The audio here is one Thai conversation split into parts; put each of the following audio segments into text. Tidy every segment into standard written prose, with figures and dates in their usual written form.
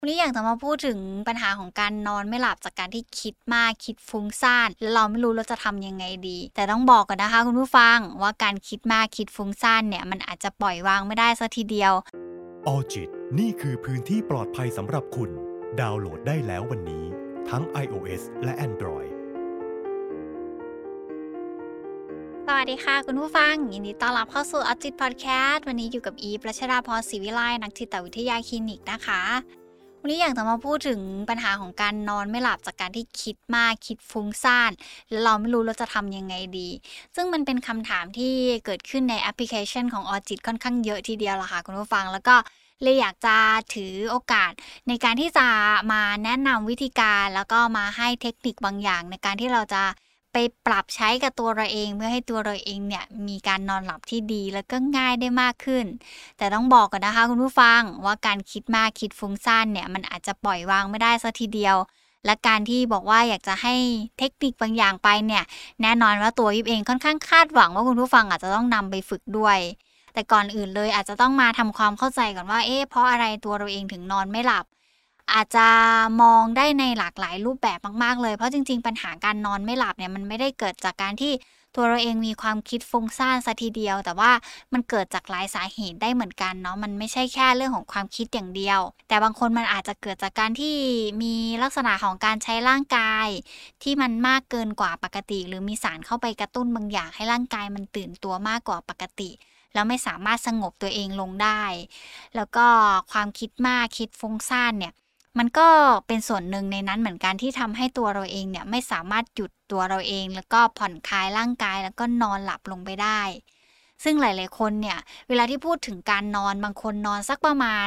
วันนี้อยากจะมาพูดถึงปัญหาของการนอนไม่หลับจากการที่คิดมากคิดฟุ้งซ่านแล้วเราไม่รู้เราจะทำยังไงดีแต่ต้องบอกก่อนนะคะคุณผู้ฟังว่าการคิดมากคิดฟุ้งซ่านเนี่ยมันอาจจะปล่อยวางไม่ได้ซะทีเดียวออจิตนี่คือพื้นที่ปลอดภัยสำหรับคุณดาวน์โหลดได้แล้ววันนี้ทั้ง iOS และ Android สวัสดีค่ะคุณผู้ฟังยินดีต้อนรับเข้าสู่ออจิตพอดแคสต์วันนี้อยู่กับอีฟรัชดาพรศรีวิไลนักจิตวิทยาคลินิกนะคะวันนี้อยากจะมาพูดถึงปัญหาของการนอนไม่หลับจากการที่คิดมากคิดฟุ้งซ่านแล้วเราไม่รู้เราจะทำยังไงดีซึ่งมันเป็นคำถามที่เกิดขึ้นในแอปพลิเคชันของออจิตค่อนข้างเยอะทีเดียวล่ะค่ะคุณผู้ฟังแล้วก็เลยอยากจะถือโอกาสในการที่จะมาแนะนำวิธีการแล้วก็มาให้เทคนิคบางอย่างในการที่เราจะไปปรับใช้กับตัวเราเองเพื่อให้ตัวเราเองเนี่ยมีการนอนหลับที่ดีแล้วก็ง่ายได้มากขึ้นแต่ต้องบอกก่อนนะคะคุณผู้ฟังว่าการคิดมากคิดฟุ้งซ่านเนี่ยมันอาจจะปล่อยวางไม่ได้ซะทีเดียวและการที่บอกว่าอยากจะให้เทคนิคบางอย่างไปเนี่ยแน่นอนว่าตัวยิบเองค่อนข้างคาดหวังว่าคุณผู้ฟังอาจจะต้องนำไปฝึกด้วยแต่ก่อนอื่นเลยอาจจะต้องมาทำความเข้าใจก่อนว่าเพราะอะไรตัวเราเองถึงนอนไม่หลับอาจจะมองได้ในหลากหลายรูปแบบมากๆเลยเพราะจริงๆปัญหาการนอนไม่หลับเนี่ยมันไม่ได้เกิดจากการที่ตัวเราเองมีความคิดฟุ้งซ่านสัทีเดียวแต่ว่ามันเกิดจากหลายสาเหตุได้เหมือนกันเนาะมันไม่ใช่แค่เรื่องของความคิดอย่างเดียวแต่บางคนมันอาจจะเกิดจากการที่มีลักษณะของการใช้ร่างกายที่มันมากเกินกว่าปกติหรือมีสารเข้าไปกระตุ้นบางอย่างให้ร่างกายมันตื่นตัวมากกว่าปกติแล้วไม่สามารถสงบตัวเองลงได้แล้วก็ความคิดมากคิดฟุ้งซ่านเนี่ยมันก็เป็นส่วนหนึ่งในนั้นเหมือนกันที่ทำให้ตัวเราเองเนี่ยไม่สามารถหยุดตัวเราเองแล้วก็ผ่อนคลายร่างกายแล้วก็นอนหลับลงไปได้ซึ่งหลายๆคนเนี่ยเวลาที่พูดถึงการนอนบางคนนอนสักประมาณ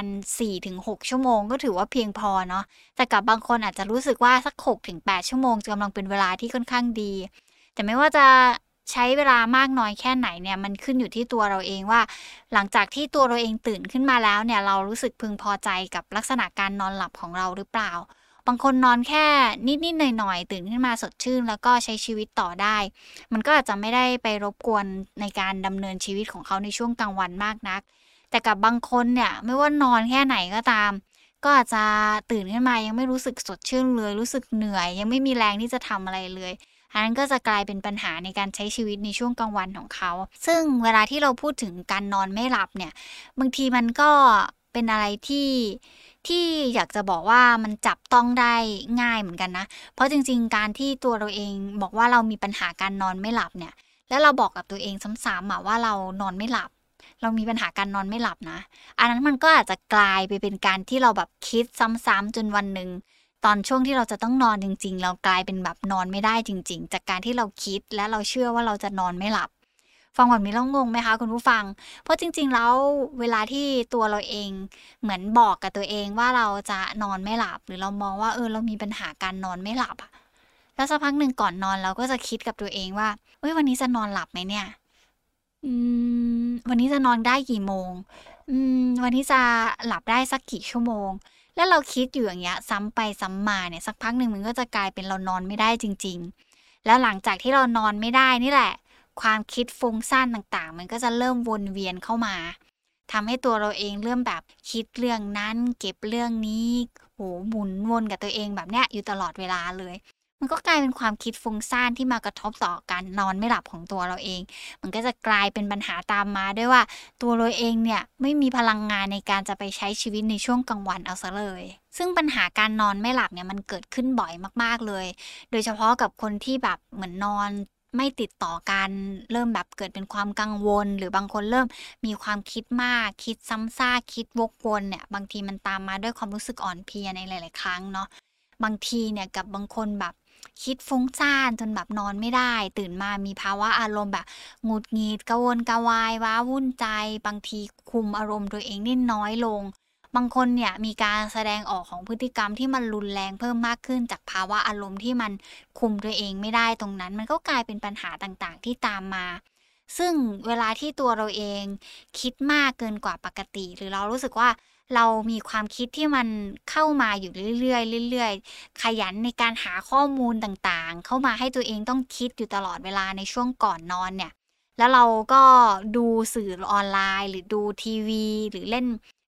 4-6ชั่วโมงก็ถือว่าเพียงพอเนาะแต่กับบางคนอาจจะรู้สึกว่าสัก6-8ชั่วโมงกำลังเป็นเวลาที่ค่อนข้างดีแต่ไม่ว่าจะใช้เวลามากน้อยแค่ไหนเนี่ยมันขึ้นอยู่ที่ตัวเราเองว่าหลังจากที่ตัวเราเองตื่นขึ้นมาแล้วเนี่ยเรารู้สึกพึงพอใจกับลักษณะการนอนหลับของเราหรือเปล่าบางคนนอนแค่นิดๆหน่อยๆตื่นขึ้นมาสดชื่นแล้วก็ใช้ชีวิตต่อได้มันก็อาจจะไม่ได้ไปรบกวนในการดำเนินชีวิตของเขาในช่วงกลางวันมากนักแต่กับบางคนเนี่ยไม่ว่านอนแค่ไหนก็ตามก็อาจจะตื่นขึ้นมายังไม่รู้สึกสดชื่นเลยรู้สึกเหนื่อยยังไม่มีแรงที่จะทำอะไรเลย อันนั้นก็จะกลายเป็นปัญหาในการใช้ชีวิตในช่วงกลางวันของเขา ซึ่งเวลาที่เราพูดถึงการนอนไม่หลับเนี่ยบางทีมันก็เป็นอะไรที่อยากจะบอกว่ามันจับต้องได้ง่ายเหมือนกันนะ เพราะจริงๆการที่ตัวเราเองบอกว่าเรามีปัญหาการนอนไม่หลับเนี่ยแล้วเราบอกกับตัวเองซ้ำๆอะว่าเรานอนไม่หลับเรามีปัญหาการนอนไม่หลับนะอันนั้นมันก็อาจจะกลายไปเป็นการที่เราแบบคิดซ้ำๆจนวันหนึ่ง ตอนช่วงที่เราจะต้องนอนจริงๆเรากลายเป็นแบบนอนไม่ได้จริงๆจากการที่เราคิดและเราเชื่อว่าเราจะนอนไม่หลับฟังแบบนี้แล้วงงไหมคะคุณผู้ฟังเพราะจริงๆแล้วเวลาที่ตัวเราเองเหมือนบอกกับตัวเองว่าเราจะนอนไม่หลับหรือเรามองว่าเรามีปัญหาการนอนไม่หลับอะแล้วสักพักหนึ่งก่อนนอนเราก็จะคิดกับตัวเองว่าวันนี้จะนอนหลับไหมเนี่ยอืวันนี้จะนอนได้กี่โมงวันนี้จะหลับได้สักกี่ชั่วโมง แล้วเราคิดอยู่อย่างเงี้ยซ้ำไปซ้ำมาเนี่ยสักพักหนึ่งมันก็จะกลายเป็นเรานอนไม่ได้จริงๆแล้วหลังจากที่เรานอนไม่ได้นี่แหละความคิดฟุ้งซ่านต่างๆมันก็จะเริ่มวนเวียนเข้ามาทำให้ตัวเราเองเริ่มแบบคิดเรื่องนั้นเก็บเรื่องนี้โหหมุนวนกับตัวเองแบบเนี้ยอยู่ตลอดเวลาเลยมันก็กลายเป็นความคิดฟุ้งซ่านที่มากระทบต่อการนอนไม่หลับของตัวเราเองมันก็จะกลายเป็นปัญหาตามมาด้วยว่าตัวเราเองเนี่ยไม่มีพลังงานในการจะไปใช้ชีวิตในช่วงกลางวันเอาซะเลยซึ่งปัญหาการนอนไม่หลับเนี่ยมันเกิดขึ้นบ่อยมากๆเลยโดยเฉพาะกับคนที่แบบเหมือนนอนไม่ติดต่อกันเริ่มแบบเกิดเป็นความกังวลหรือบางคนเริ่มมีความคิดมากคิดซ้ำซากคิดวกวนเนี่ยบางทีมันตามมาด้วยความรู้สึกอ่อนเพลียในหลายๆครั้งเนาะบางทีเนี่ยกับบางคนแบบคิดฟุ้งซ่านจนแบบนอนไม่ได้ตื่นมามีภาวะอารมณ์แบบหงุดหงิดกระวนกระวายว้าวุ่นใจบางทีคุมอารมณ์ตัวเองได้น้อยลงบางคนเนี่ยมีการแสดงออกของพฤติกรรมที่มันรุนแรงเพิ่มมากขึ้นจากภาวะอารมณ์ที่มันคุมตัวเองไม่ได้ตรงนั้นมันก็กลายเป็นปัญหาต่างๆที่ตามมาซึ่งเวลาที่ตัวเราเองคิดมากเกินกว่าปกติหรือเรารู้สึกว่าเรามีความคิดที่มันเข้ามาอยู่เรื่อยๆเรื่อยๆขยันในการหาข้อมูลต่างๆเข้ามาให้ตัวเองต้องคิดอยู่ตลอดเวลาในช่วงก่อนนอนเนี่ยแล้วเราก็ดูสื่อออนไลน์หรือดูทีวีหรือเล่น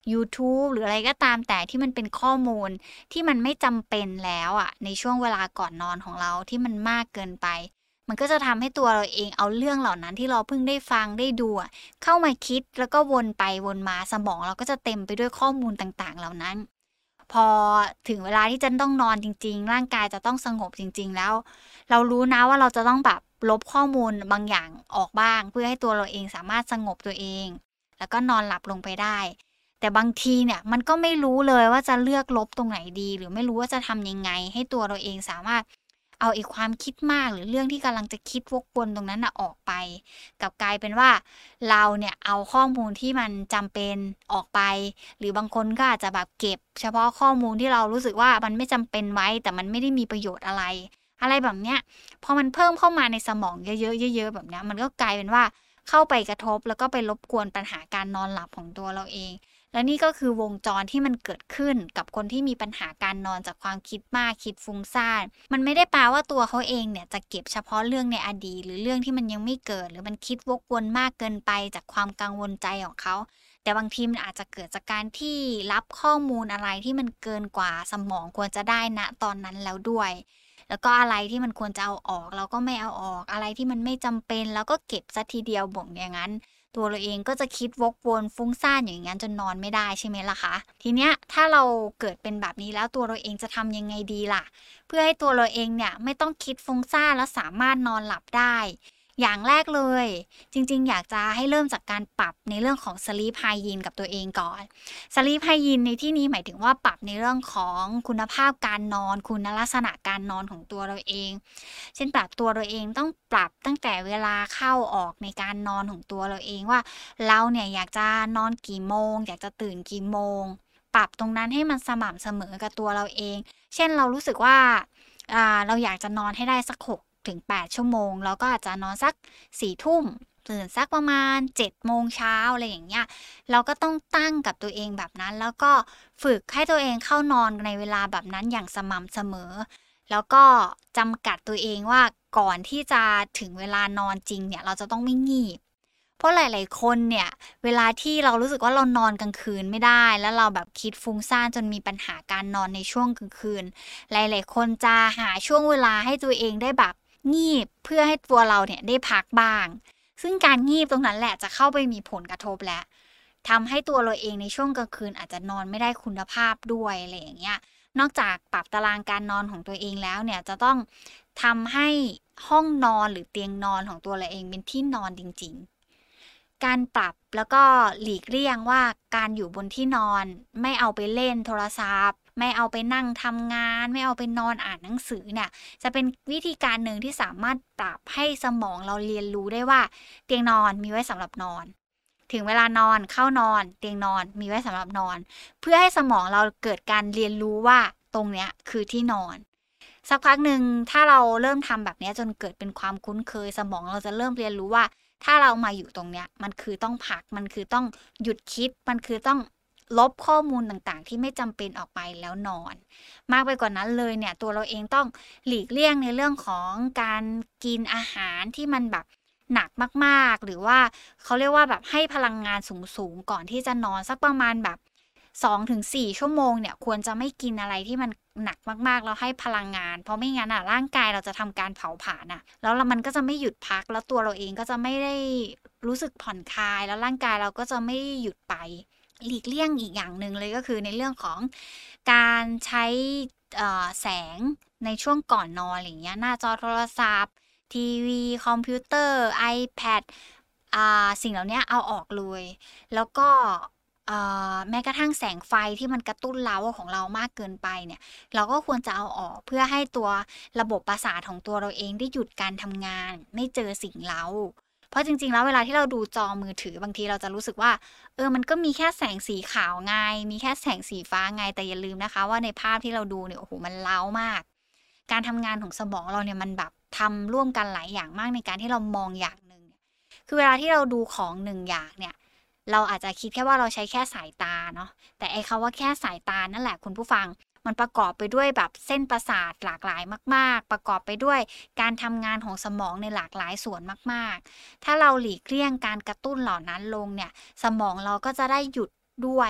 YouTube หรืออะไรก็ตามแต่ที่มันเป็นข้อมูลที่มันไม่จำเป็นแล้วอะในช่วงเวลาก่อนนอนของเราที่มันมากเกินไปมันก็จะทำให้ตัวเราเองเอาเรื่องเหล่านั้นที่เราเพิ่งได้ฟังได้ดูอะเข้ามาคิดแล้วก็วนไปวนมาสมองเราก็จะเต็มไปด้วยข้อมูลต่างๆเหล่านั้นพอถึงเวลาที่จะต้องนอนจริงๆร่างกายจะต้องสงบจริงๆแล้วเรารู้นะว่าเราจะต้องแบบลบข้อมูลบางอย่างออกบ้างเพื่อให้ตัวเราเองสามารถสงบตัวเองแล้วก็นอนหลับลงไปได้แต่บางทีเนี่ยมันก็ไม่รู้เลยว่าจะเลือกลบตรงไหนดีหรือไม่รู้ว่าจะทำยังไงให้ตัวเราเองสามารถเอาไอ้ความคิดมากหรือเรื่องที่กำลังจะคิดวกวนตรงนั้นน่ะออกไปกลับกลายเป็นว่าเราเนี่ยเอาข้อมูลที่มันจำเป็นออกไปหรือบางคนก็อาจจะแบบเก็บเฉพาะข้อมูลที่เรารู้สึกว่ามันไม่จำเป็นไว้แต่มันไม่ได้มีประโยชน์อะไรแบบเนี้ยพอมันเพิ่มเข้ามาในสมองเยอะๆเยอะๆแบบเนี้ยมันก็กลายเป็นว่าเข้าไปกระทบแล้วก็ไปรบกวนปัญหาการนอนหลับของตัวเราเองและนี่ก็คือวงจรที่มันเกิดขึ้นกับคนที่มีปัญหาการนอนจากความคิดมากคิดฟุ้งซ่านมันไม่ได้แปลว่าตัวเขาเองเนี่ยจะเก็บเฉพาะเรื่องในอดีตหรือเรื่องที่มันยังไม่เกิดหรือมันคิดวกวนมากเกินไปจากความกังวลใจของเขาแต่บางทีมันอาจจะเกิดจากการที่รับข้อมูลอะไรที่มันเกินกว่าสมองควรจะได้ณตอนนั้นแล้วด้วยแล้วก็อะไรที่มันควรจะเอาออกเราก็ไม่เอาออกอะไรที่มันไม่จำเป็นแล้วก็เก็บซะทีเดียวบ่งอย่างนั้นตัวเราเองก็จะคิดวกวนฟุ้งซ่านอย่างนั้นจนนอนไม่ได้ใช่ไหมล่ะคะทีเนี้ยถ้าเราเกิดเป็นแบบนี้แล้วตัวเราเองจะทำยังไงดีล่ะเพื่อให้ตัวเราเองเนี่ยไม่ต้องคิดฟุ้งซ่านแล้วสามารถนอนหลับได้อย่างแรกเลยจริงๆอยากจะให้เริ่มจากการปรับในเรื่องของ sleep hygiene กับตัวเองก่อน sleep hygiene ในที่นี้หมายถึงว่าปรับในเรื่องของคุณภาพการนอนคุณลักษณะการนอนของตัวเราเองเช่นปรับตัวเราเองต้องปรับตั้งแต่เวลาเข้าออกในการนอนของตัวเราเองว่าเราเนี่ยอยากจะนอนกี่โมงอยากจะตื่นกี่โมงปรับตรงนั้นให้มันสม่ำเสมอกับตัวเราเองเช่นเรารู้สึกว่าเราอยากจะนอนให้ได้สัก6 ถึง 8 ชั่วโมงเราก็อาจจะนอนสัก4 ทุ่มตื่นสักประมาณ7 โมงเช้าอะไรอย่างเงี้ยเราก็ต้องตั้งกับตัวเองแบบนั้นแล้วก็ฝึกให้ตัวเองเข้านอนในเวลาแบบนั้นอย่างสม่ำเสมอแล้วก็จำกัดตัวเองว่าก่อนที่จะถึงเวลานอนจริงเนี่ยเราจะต้องไม่งีบเพราะหลายๆคนเนี่ยเวลาที่เรารู้สึกว่าเรานอนกลางคืนไม่ได้แล้วเราแบบคิดฟุ้งซ่านจนมีปัญหาการนอนในช่วงกลางคืนหลายๆคนจะหาช่วงเวลาให้ตัวเองได้แบบงีบเพื่อให้ตัวเราเนี่ยได้พักบ้างซึ่งการงีบตรงนั้นแหละจะเข้าไปมีผลกระทบแล้วทำให้ตัวเราเองในช่วงกลางคืนอาจจะนอนไม่ได้คุณภาพด้วยอะไรอย่างเงี้ยนอกจากปรับตารางการนอนของตัวเองแล้วเนี่ยจะต้องทำให้ห้องนอนหรือเตียงนอนของตัวเราเองเป็นที่นอนจริงๆการปรับแล้วก็หลีกเลี่ยงว่าการอยู่บนที่นอนไม่เอาไปเล่นโทรศัพท์ไม่เอาไปนั่งทำงานไม่เอาไปนอนอ่านหนังสือเนี่ยจะเป็นวิธีการหนึ่งที่สามารถปรับให้สมองเราเรียนรู้ได้ว่าเตียงนอนมีไว้สำหรับนอนถึงเวลานอนเข้านอนเตียงนอนมีไว้สำหรับนอนเพื่อให้สมองเราเกิดการเรียนรู้ว่าตรงเนี้ยคือที่นอนสักพักหนึ่งถ้าเราเริ่มทำแบบนี้จนเกิดเป็นความคุ้นเคยสมองเราจะเริ่มเรียนรู้ว่าถ้าเรามาอยู่ตรงเนี้ยมันคือต้องพักมันคือต้องหยุดคิดมันคือต้องลบข้อมูลต่างๆที่ไม่จำเป็นออกไปแล้วนอนมากไปกว่านั้นเลยเนี่ยตัวเราเองต้องหลีกเลี่ยงในเรื่องของการกินอาหารที่มันแบบหนักมากๆหรือว่าเขาเรียกว่าแบบให้พลังงานสูงๆก่อนที่จะนอนสักประมาณแบบ2 ถึง 4 ชั่วโมงเนี่ยควรจะไม่กินอะไรที่มันหนักมากๆแล้วให้พลังงานเพราะไม่งั้นร่างกายเราจะทำการเผาผลาญแล้วมันก็จะไม่หยุดพักแล้วตัวเราเองก็จะไม่ได้รู้สึกผ่อนคลายแล้วร่างกายเราก็จะไม่หยุดไปหลีกเลี่ยงอีกอย่างหนึ่งเลยก็คือในเรื่องของการใช้แสงในช่วงก่อนนอนอะไรอย่างเงี้ยหน้าจอโทรศัพท์ทีวีคอมพิวเตอร์ iPad สิ่งเหล่านี้เอาออกเลยแล้วก็แม้กระทั่งแสงไฟที่มันกระตุ้นเร้าของเรามากเกินไปเนี่ยเราก็ควรจะเอาออกเพื่อให้ตัวระบบประสาทของตัวเราเองได้หยุดการทำงานไม่เจอสิ่งเร้าเพราะจริงๆแล้วเวลาที่เราดูจอมือถือบางทีเราจะรู้สึกว่ามันก็มีแค่แสงสีขาวไงมีแค่แสงสีฟ้าไงแต่อย่าลืมนะคะว่าในภาพที่เราดูเนี่ยโอ้โหมันเร้ามากการทำงานของสมองเราเนี่ยมันแบบทำร่วมกันหลายอย่างมากในการที่เรามองอย่างหนึ่งคือเวลาที่เราดูของหนึ่งอย่างเนี่ยเราอาจจะคิดแค่ว่าเราใช้แค่สายตาเนาะแต่ไอ้คำว่าแค่สายตานั่นแหละคุณผู้ฟังมันประกอบไปด้วยแบบเส้นประสาทหลากหลายมากๆประกอบไปด้วยการทำงานของสมองในหลากหลายส่วนมากๆถ้าเราหลีกเลี่ยงการกระตุ้นเหล่านั้นลงเนี่ยสมองเราก็จะได้หยุดด้วย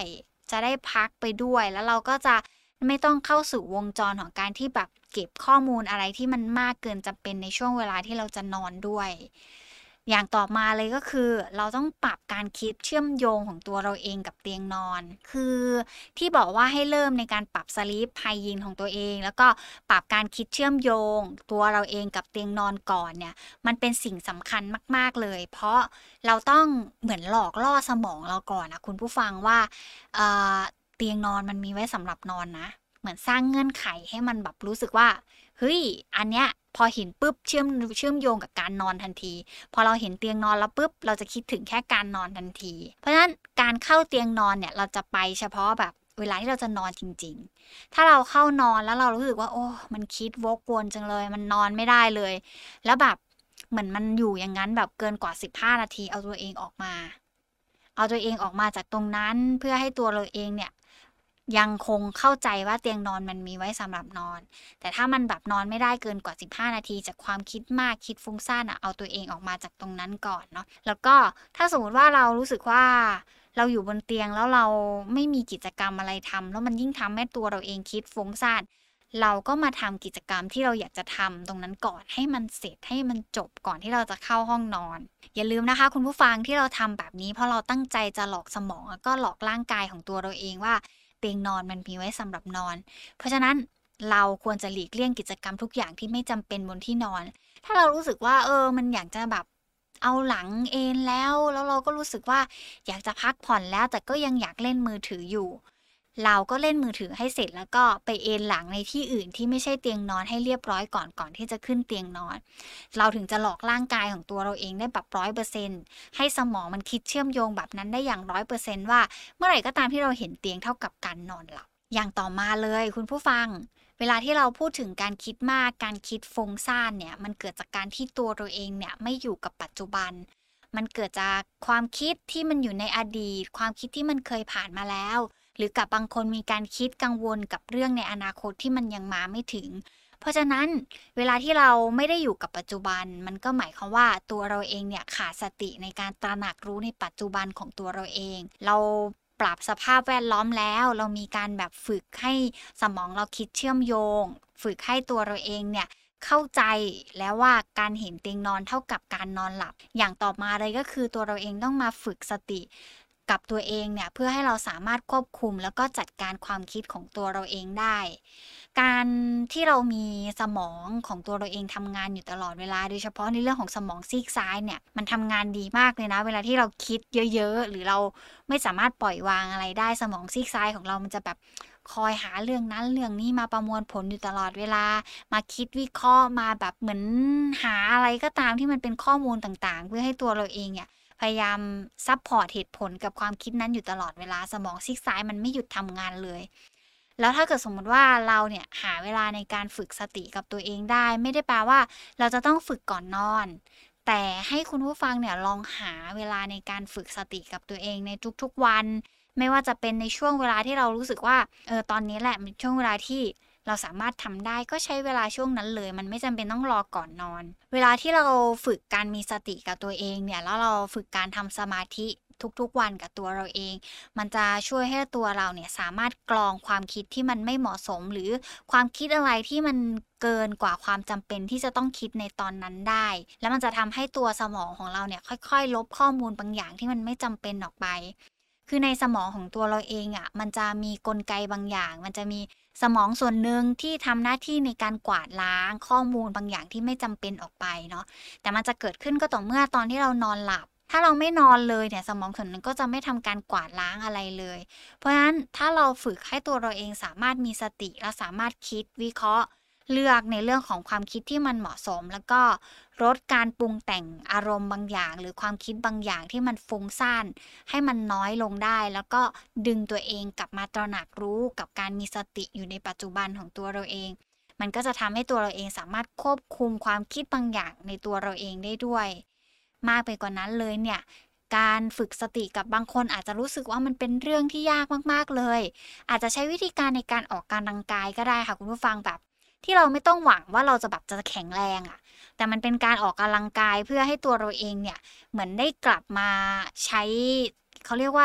จะได้พักไปด้วยแล้วเราก็จะไม่ต้องเข้าสู่วงจรของการที่แบบเก็บข้อมูลอะไรที่มันมากเกินจำเป็นในช่วงเวลาที่เราจะนอนด้วยอย่างต่อมาเลยก็คือเราต้องปรับการคิดเชื่อมโยงของตัวเราเองกับเตียงนอนคือที่บอกว่าให้เริ่มในการปรับสลีปไฮยีนของตัวเองแล้วก็ปรับการคิดเชื่อมโยงตัวเราเองกับเตียงนอนก่อนเนี่ยมันเป็นสิ่งสำคัญมากๆเลยเพราะเราต้องเหมือนหลอกล่อสมองเราก่อนนะคุณผู้ฟังว่าเอ่อเตียงนอนมันมีไว้สำหรับนอนนะเหมือนสร้างเงื่อนไขให้มันแบบรู้สึกว่าเฮ้ยอันเนี้ยพอเห็นปุ๊บเชื่อมโยงกับการนอนทันทีพอเราเห็นเตียงนอนแล้วปุ๊บเราจะคิดถึงแค่การนอนทันทีเพราะฉะนั้นการเข้าเตียงนอนเนี่ยเราจะไปเฉพาะแบบเวลาที่เราจะนอนจริงๆถ้าเราเข้านอนแล้วเรารู้สึกว่าโอ้มันคิดวกวนจังเลยมันนอนไม่ได้เลยแล้วแบบเหมือนมันอยู่อย่างนั้นแบบเกินกว่า15นาทีเอาตัวเองออกมาจากตรงนั้นเพื่อให้ตัวเราเองเนี่ยยังคงเข้าใจว่าเตียงนอนมันมีไว้สำหรับนอนแต่ถ้ามันแบบนอนไม่ได้เกินกว่า15นาทีจากความคิดมากคิดฟุ้งซ่านเอาตัวเองออกมาจากตรงนั้นก่อนเนาะแล้วก็ถ้าสมมติว่าเรารู้สึกว่าเราอยู่บนเตียงแล้วเราไม่มีกิจกรรมอะไรทำแล้วมันยิ่งทำให้ตัวเราเองคิดฟุ้งซ่านเราก็มาทำกิจกรรมที่เราอยากจะทำตรงนั้นก่อนให้มันเสร็จให้มันจบก่อนที่เราจะเข้าห้องนอนอย่าลืมนะคะคุณผู้ฟังที่เราทำแบบนี้เพราะเราตั้งใจจะหลอกสมองแล้วก็หลอกร่างกายของตัวเราเองว่าเตียงนอนมันมีไว้สำหรับนอนเพราะฉะนั้นเราควรจะหลีกเลี่ยงกิจกรรมทุกอย่างที่ไม่จำเป็นบนที่นอนถ้าเรารู้สึกว่ามันอยากจะแบบเอาหลังเอนแล้วเราก็รู้สึกว่าอยากจะพักผ่อนแล้วแต่ก็ยังอยากเล่นมือถืออยู่เราก็เล่นมือถือให้เสร็จแล้วก็ไปเอนหลังในที่อื่นที่ไม่ใช่เตียงนอนให้เรียบร้อยก่อนที่จะขึ้นเตียงนอนเราถึงจะหลอกร่างกายของตัวเราเองได้แบบ100%ให้สมองมันคิดเชื่อมโยงแบบนั้นได้อย่าง100%ว่าเมื่อไหร่ก็ตามที่เราเห็นเตียงเท่ากับการนอนหลับอย่างต่อมาเลยคุณผู้ฟังเวลาที่เราพูดถึงการคิดมากการคิดฟุ้งซ่านเนี่ยมันเกิดจากการที่ตัวเราเองเนี่ยไม่อยู่กับปัจจุบันมันเกิดจากความคิดที่มันอยู่ในอดีตความคิดที่มันเคยผ่านมาแล้วหรือกับบางคนมีการคิดกังวลกับเรื่องในอนาคตที่มันยังมาไม่ถึงเพราะฉะนั้นเวลาที่เราไม่ได้อยู่กับปัจจุบันมันก็หมายความว่าตัวเราเองเนี่ยขาดสติในการตระหนักรู้ในปัจจุบันของตัวเราเองเราปรับสภาพแวดล้อมแล้วเรามีการแบบฝึกให้สมองเราคิดเชื่อมโยงฝึกให้ตัวเราเองเนี่ยเข้าใจแล้วว่าการเห็นเตียงนอนเท่ากับการนอนหลับอย่างต่อมาเลยก็คือตัวเราเองต้องมาฝึกสติกับตัวเองเนี่ยเพื่อให้เราสามารถควบคุมแล้วก็จัดการความคิดของตัวเราเองได้การที่เรามีสมองของตัวเราเองทำงานอยู่ตลอดเวลาโดยเฉพาะในเรื่องของสมองซีกซ้ายเนี่ยมันทำงานดีมากเลยนะเวลาที่เราคิดเยอะๆหรือเราไม่สามารถปล่อยวางอะไรได้สมองซีกซ้ายของเรามันจะแบบคอยหาเรื่องนั้นเรื่องนี้มาประมวลผลอยู่ตลอดเวลามาคิดวิเคราะห์มาแบบเหมือนหาอะไรก็ตามที่มันเป็นข้อมูลต่างๆเพื่อให้ตัวเราเองเนี่ยพยายามซัพพอร์ตเหตุผลกับความคิดนั้นอยู่ตลอดเวลาสมองซีกซ้ายมันไม่หยุดทำงานเลยแล้วถ้าเกิดสมมติว่าเราเนี่ยหาเวลาในการฝึกสติกับตัวเองได้ไม่ได้แปลว่าเราจะต้องฝึกก่อนนอนแต่ให้คุณผู้ฟังเนี่ยลองหาเวลาในการฝึกสติกับตัวเองในทุกๆวันไม่ว่าจะเป็นในช่วงเวลาที่เรารู้สึกว่าตอนนี้แหละเป็นช่วงเวลาที่เราสามารถทำได้ก็ใช้เวลาช่วงนั้นเลยมันไม่จำเป็นต้องรอก่อนนอนเวลาที่เราฝึกการมีสติกับตัวเองเนี่ยแล้วเราฝึกการทำสมาธิทุกๆวันกับตัวเราเองมันจะช่วยให้ตัวเราเนี่ยสามารถกรองความคิดที่มันไม่เหมาะสมหรือความคิดอะไรที่มันเกินกว่าความจำเป็นที่จะต้องคิดในตอนนั้นได้แล้วมันจะทำให้ตัวสมองของเราเนี่ยค่อยๆลบข้อมูลบางอย่างที่มันไม่จำเป็นออกไปคือในสมองของตัวเราเองมันจะมีกลไกบางอย่างมันจะมีสมองส่วนหนึ่งที่ทำหน้าที่ในการกวาดล้างข้อมูลบางอย่างที่ไม่จำเป็นออกไปเนาะแต่มันจะเกิดขึ้นก็ต่อเมื่อตอนที่เรานอนหลับถ้าเราไม่นอนเลยเนี่ยสมองส่วนนั้นก็จะไม่ทำการกวาดล้างอะไรเลยเพราะฉะนั้นถ้าเราฝึกให้ตัวเราเองสามารถมีสติและสามารถคิดวิเคราะห์เลือกในเรื่องของความคิดที่มันเหมาะสมแล้วก็ลดการปรุงแต่งอารมณ์บางอย่างหรือความคิดบางอย่างที่มันฟุ้งซ่านให้มันน้อยลงได้แล้วก็ดึงตัวเองกลับมาตระหนักรู้กับการมีสติอยู่ในปัจจุบันของตัวเราเองมันก็จะทำให้ตัวเราเองสามารถควบคุมความคิดบางอย่างในตัวเราเองได้ด้วยมากไปกว่านั้นเลยเนี่ยการฝึกสติกับบางคนอาจจะรู้สึกว่ามันเป็นเรื่องที่ยากมากๆเลยอาจจะใช้วิธีการในการออกกำลังกายก็ได้ค่ะคุณผู้ฟังแบบที่เราไม่ต้องหวังว่าเราจะแบบจะแข็งแรงแต่มันเป็นการออกกำลังกายเพื่อให้ตัวเราเองเนี่ยเหมือนได้กลับมาใช้เขาเรียกว่า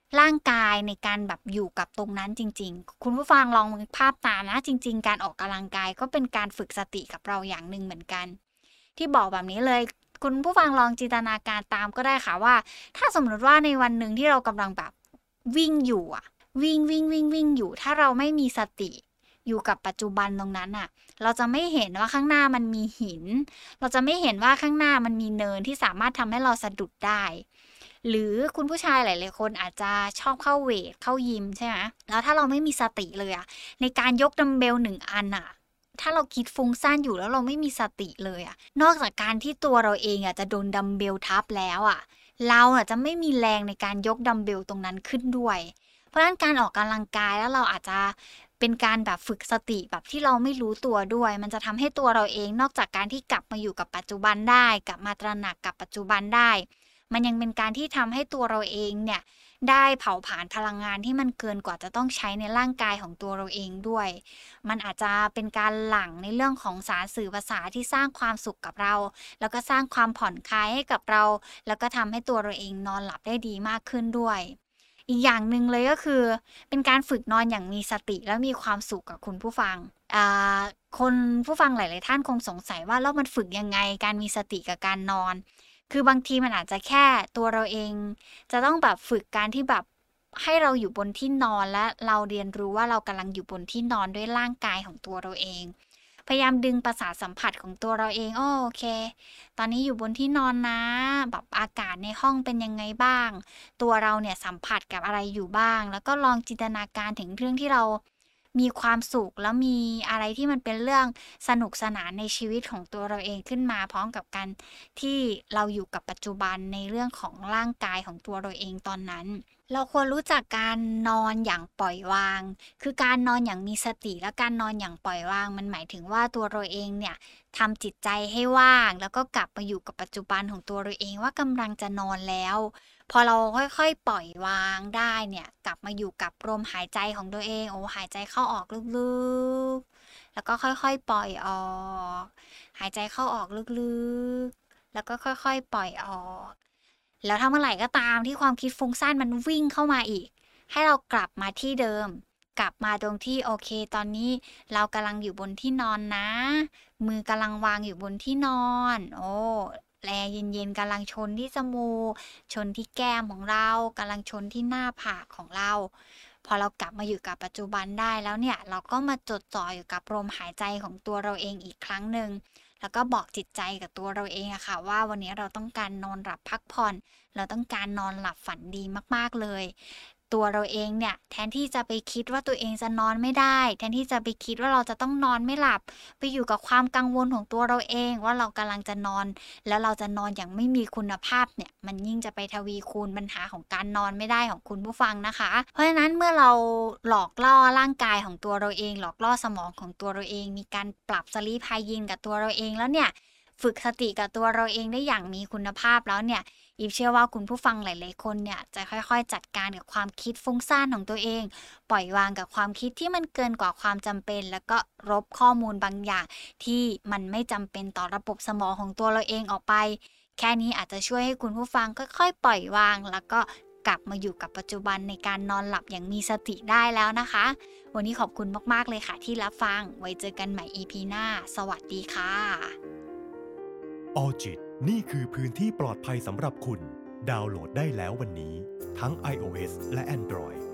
ร่างกายในการแบบอยู่กับตรงนั้นจริงๆคุณผู้ฟังลองนึกภาพตามนะจริงๆการออกกำลังกายก็เป็นการฝึกสติกับเราอย่างหนึ่งเหมือนกันที่บอกแบบนี้เลยคุณผู้ฟังลองจินตนาการตามก็ได้ค่ะว่าถ้าสมมติว่าในวันหนึ่งที่เรากำลังแบบวิ่งอยู่อะวิ่งอยู่ถ้าเราไม่มีสติอยู่กับปัจจุบันตรงนั้นอะเราจะไม่เห็นว่าข้างหน้ามันมีหินเราจะไม่เห็นว่าข้างหน้ามันมีเนินที่สามารถทำให้เราสะดุดได้หรือคุณผู้ชายหลายๆคนอาจจะชอบเข้าเวทเข้ายิมใช่ไหมแล้วถ้าเราไม่มีสติเลยอะในการยกดัมเบล1 อันอะถ้าเราคิดฟุ้งซ่านอยู่แล้วเราไม่มีสติเลยอะนอกจากการที่ตัวเราเองอะจะโดนดัมเบลทับแล้วอะเราอะจะไม่มีแรงในการยกดัมเบลตรงนั้นขึ้นด้วยเพราะฉะนั้นการออกกำลังกายแล้วเราอาจจะเป็นการแบบฝึกสติแบบที่เราไม่รู้ตัวด้วยมันจะทำให้ตัวเราเองนอกจากการที่กลับมาอยู่กับปัจจุบันได้กลับมาตระหนักกับปัจจุบันได้มันยังเป็นการที่ทำให้ตัวเราเองเนี่ยได้เผาผลาญพลังงานที่มันเกินกว่าจะต้องใช้ในร่างกายของตัวเราเองด้วยมันอาจจะเป็นการหลั่งในเรื่องของสารสื่อประสาทที่สร้างความสุขกับเราแล้วก็สร้างความผ่อนคลายให้กับเราแล้วก็ทำให้ตัวเราเองนอนหลับได้ดีมากขึ้นด้วยอีกอย่างหนึ่งเลยก็คือเป็นการฝึกนอนอย่างมีสติและมีความสุขกับคุณผู้ฟังอ่าคนผู้ฟังหลายๆท่านคงสงสัยว่าแล้วมันฝึกยังไงการมีสติกับการนอนคือบางทีมันอาจจะแค่ตัวเราเองจะต้องแบบฝึกการที่แบบให้เราอยู่บนที่นอนและเราเรียนรู้ว่าเรากำลังอยู่บนที่นอนด้วยร่างกายของตัวเราเองพยายามดึงประสาทสัมผัสของตัวเราเองโอเคตอนนี้อยู่บนที่นอนนะแบบอากาศในห้องเป็นยังไงบ้างตัวเราเนี่ยสัมผัสกับอะไรอยู่บ้างแล้วก็ลองจินตนาการถึงเรื่องที่เรามีความสุขแล้วมีอะไรที่มันเป็นเรื่องสนุกสนานในชีวิตของตัวเราเองขึ้นมาพร้อมกับการที่เราอยู่กับปัจจุบันในเรื่องของร่างกายของตัวเราเองตอนนั้นเราควรรู้จักการนอนอย่างปล่อยวางคือการนอนอย่างมีสติและการนอนอย่างปล่อยวางมันหมายถึงว่าตัวเราเองเนี่ยทำจิตใจให้ว่างแล้วก็กลับมาอยู่กับปัจจุบันของตัวเราเองว่ากำลังจะนอนแล้วพอเราค่อยๆปล่อยวางได้เนี่ยกลับมาอยู่กับลมหายใจของตัวเองหายใจเข้าออกลึกๆแล้วก็ค่อยๆปล่อยออกหายใจเข้าออกลึกๆแล้วก็ค่อยๆปล่อยออกแล้วถ้าเมื่อไหร่ก็ตามที่ความคิดฟุ้งซ่านมันวิ่งเข้ามาอีกให้เรากลับมาที่เดิมกลับมาตรงที่โอเคตอนนี้เรากำลังอยู่บนที่นอนนะมือกำลังวางอยู่บนที่นอนแอร์เย็นๆกำลังชนที่จมูกชนที่แก้มของเรากำลังชนที่หน้าผากของเราพอเรากลับมาอยู่กับปัจจุบันได้แล้วเนี่ยเราก็มาจดจ่ออยู่กับลมหายใจของตัวเราเองอีกครั้งหนึ่งแล้วก็บอกจิตใจกับตัวเราเองอะค่ะว่าวันนี้เราต้องการนอนหลับพักผ่อนเราต้องการนอนหลับฝันดีมากๆเลยตัวเราเองเนี่ยแทนที่จะไปคิดว่าตัวเองจะนอนไม่ได้แทนที่จะไปคิดว่าเราจะต้องนอนไม่หลับไปอยู่กับความกังวลของตัวเราเองว่าเรากำลังจะนอนแล้วเราจะนอนอย่างไม่มีคุณภาพเนี่ยมันยิ่งจะไปทวีคูณปัญหาของการนอนไม่ได้ของคุณผู้ฟังนะคะเพราะฉะนั้นเมื่อเราหลอกล่อร่างกายของตัวเราเองหลอกล่อสมองของตัวเราเองมีการปรับสลีปไฮยีนกับตัวเราเองแล้วเนี่ยฝึกสติกับตัวเราเองได้อย่างมีคุณภาพแล้วเนี่ยอีฟเชื่อว่าคุณผู้ฟังหลายๆคนเนี่ยจะค่อยๆจัดการกับความคิดฟุ้งซ่านของตัวเองปล่อยวางกับความคิดที่มันเกินกว่าความจำเป็นแล้วก็ลบข้อมูลบางอย่างที่มันไม่จำเป็นต่อระบบสมองของตัวเราเองออกไปแค่นี้อาจจะช่วยให้คุณผู้ฟังค่อยๆปล่อยวางแล้วก็กลับมาอยู่กับปัจจุบันในการนอนหลับอย่างมีสติได้แล้วนะคะวันนี้ขอบคุณมากๆเลยค่ะที่รับฟังไว้เจอกันใหม่ EP หน้าสวัสดีค่ะออจิตนี่คือพื้นที่ปลอดภัยสำหรับคุณดาวน์โหลดได้แล้ววันนี้ทั้ง iOS และ Android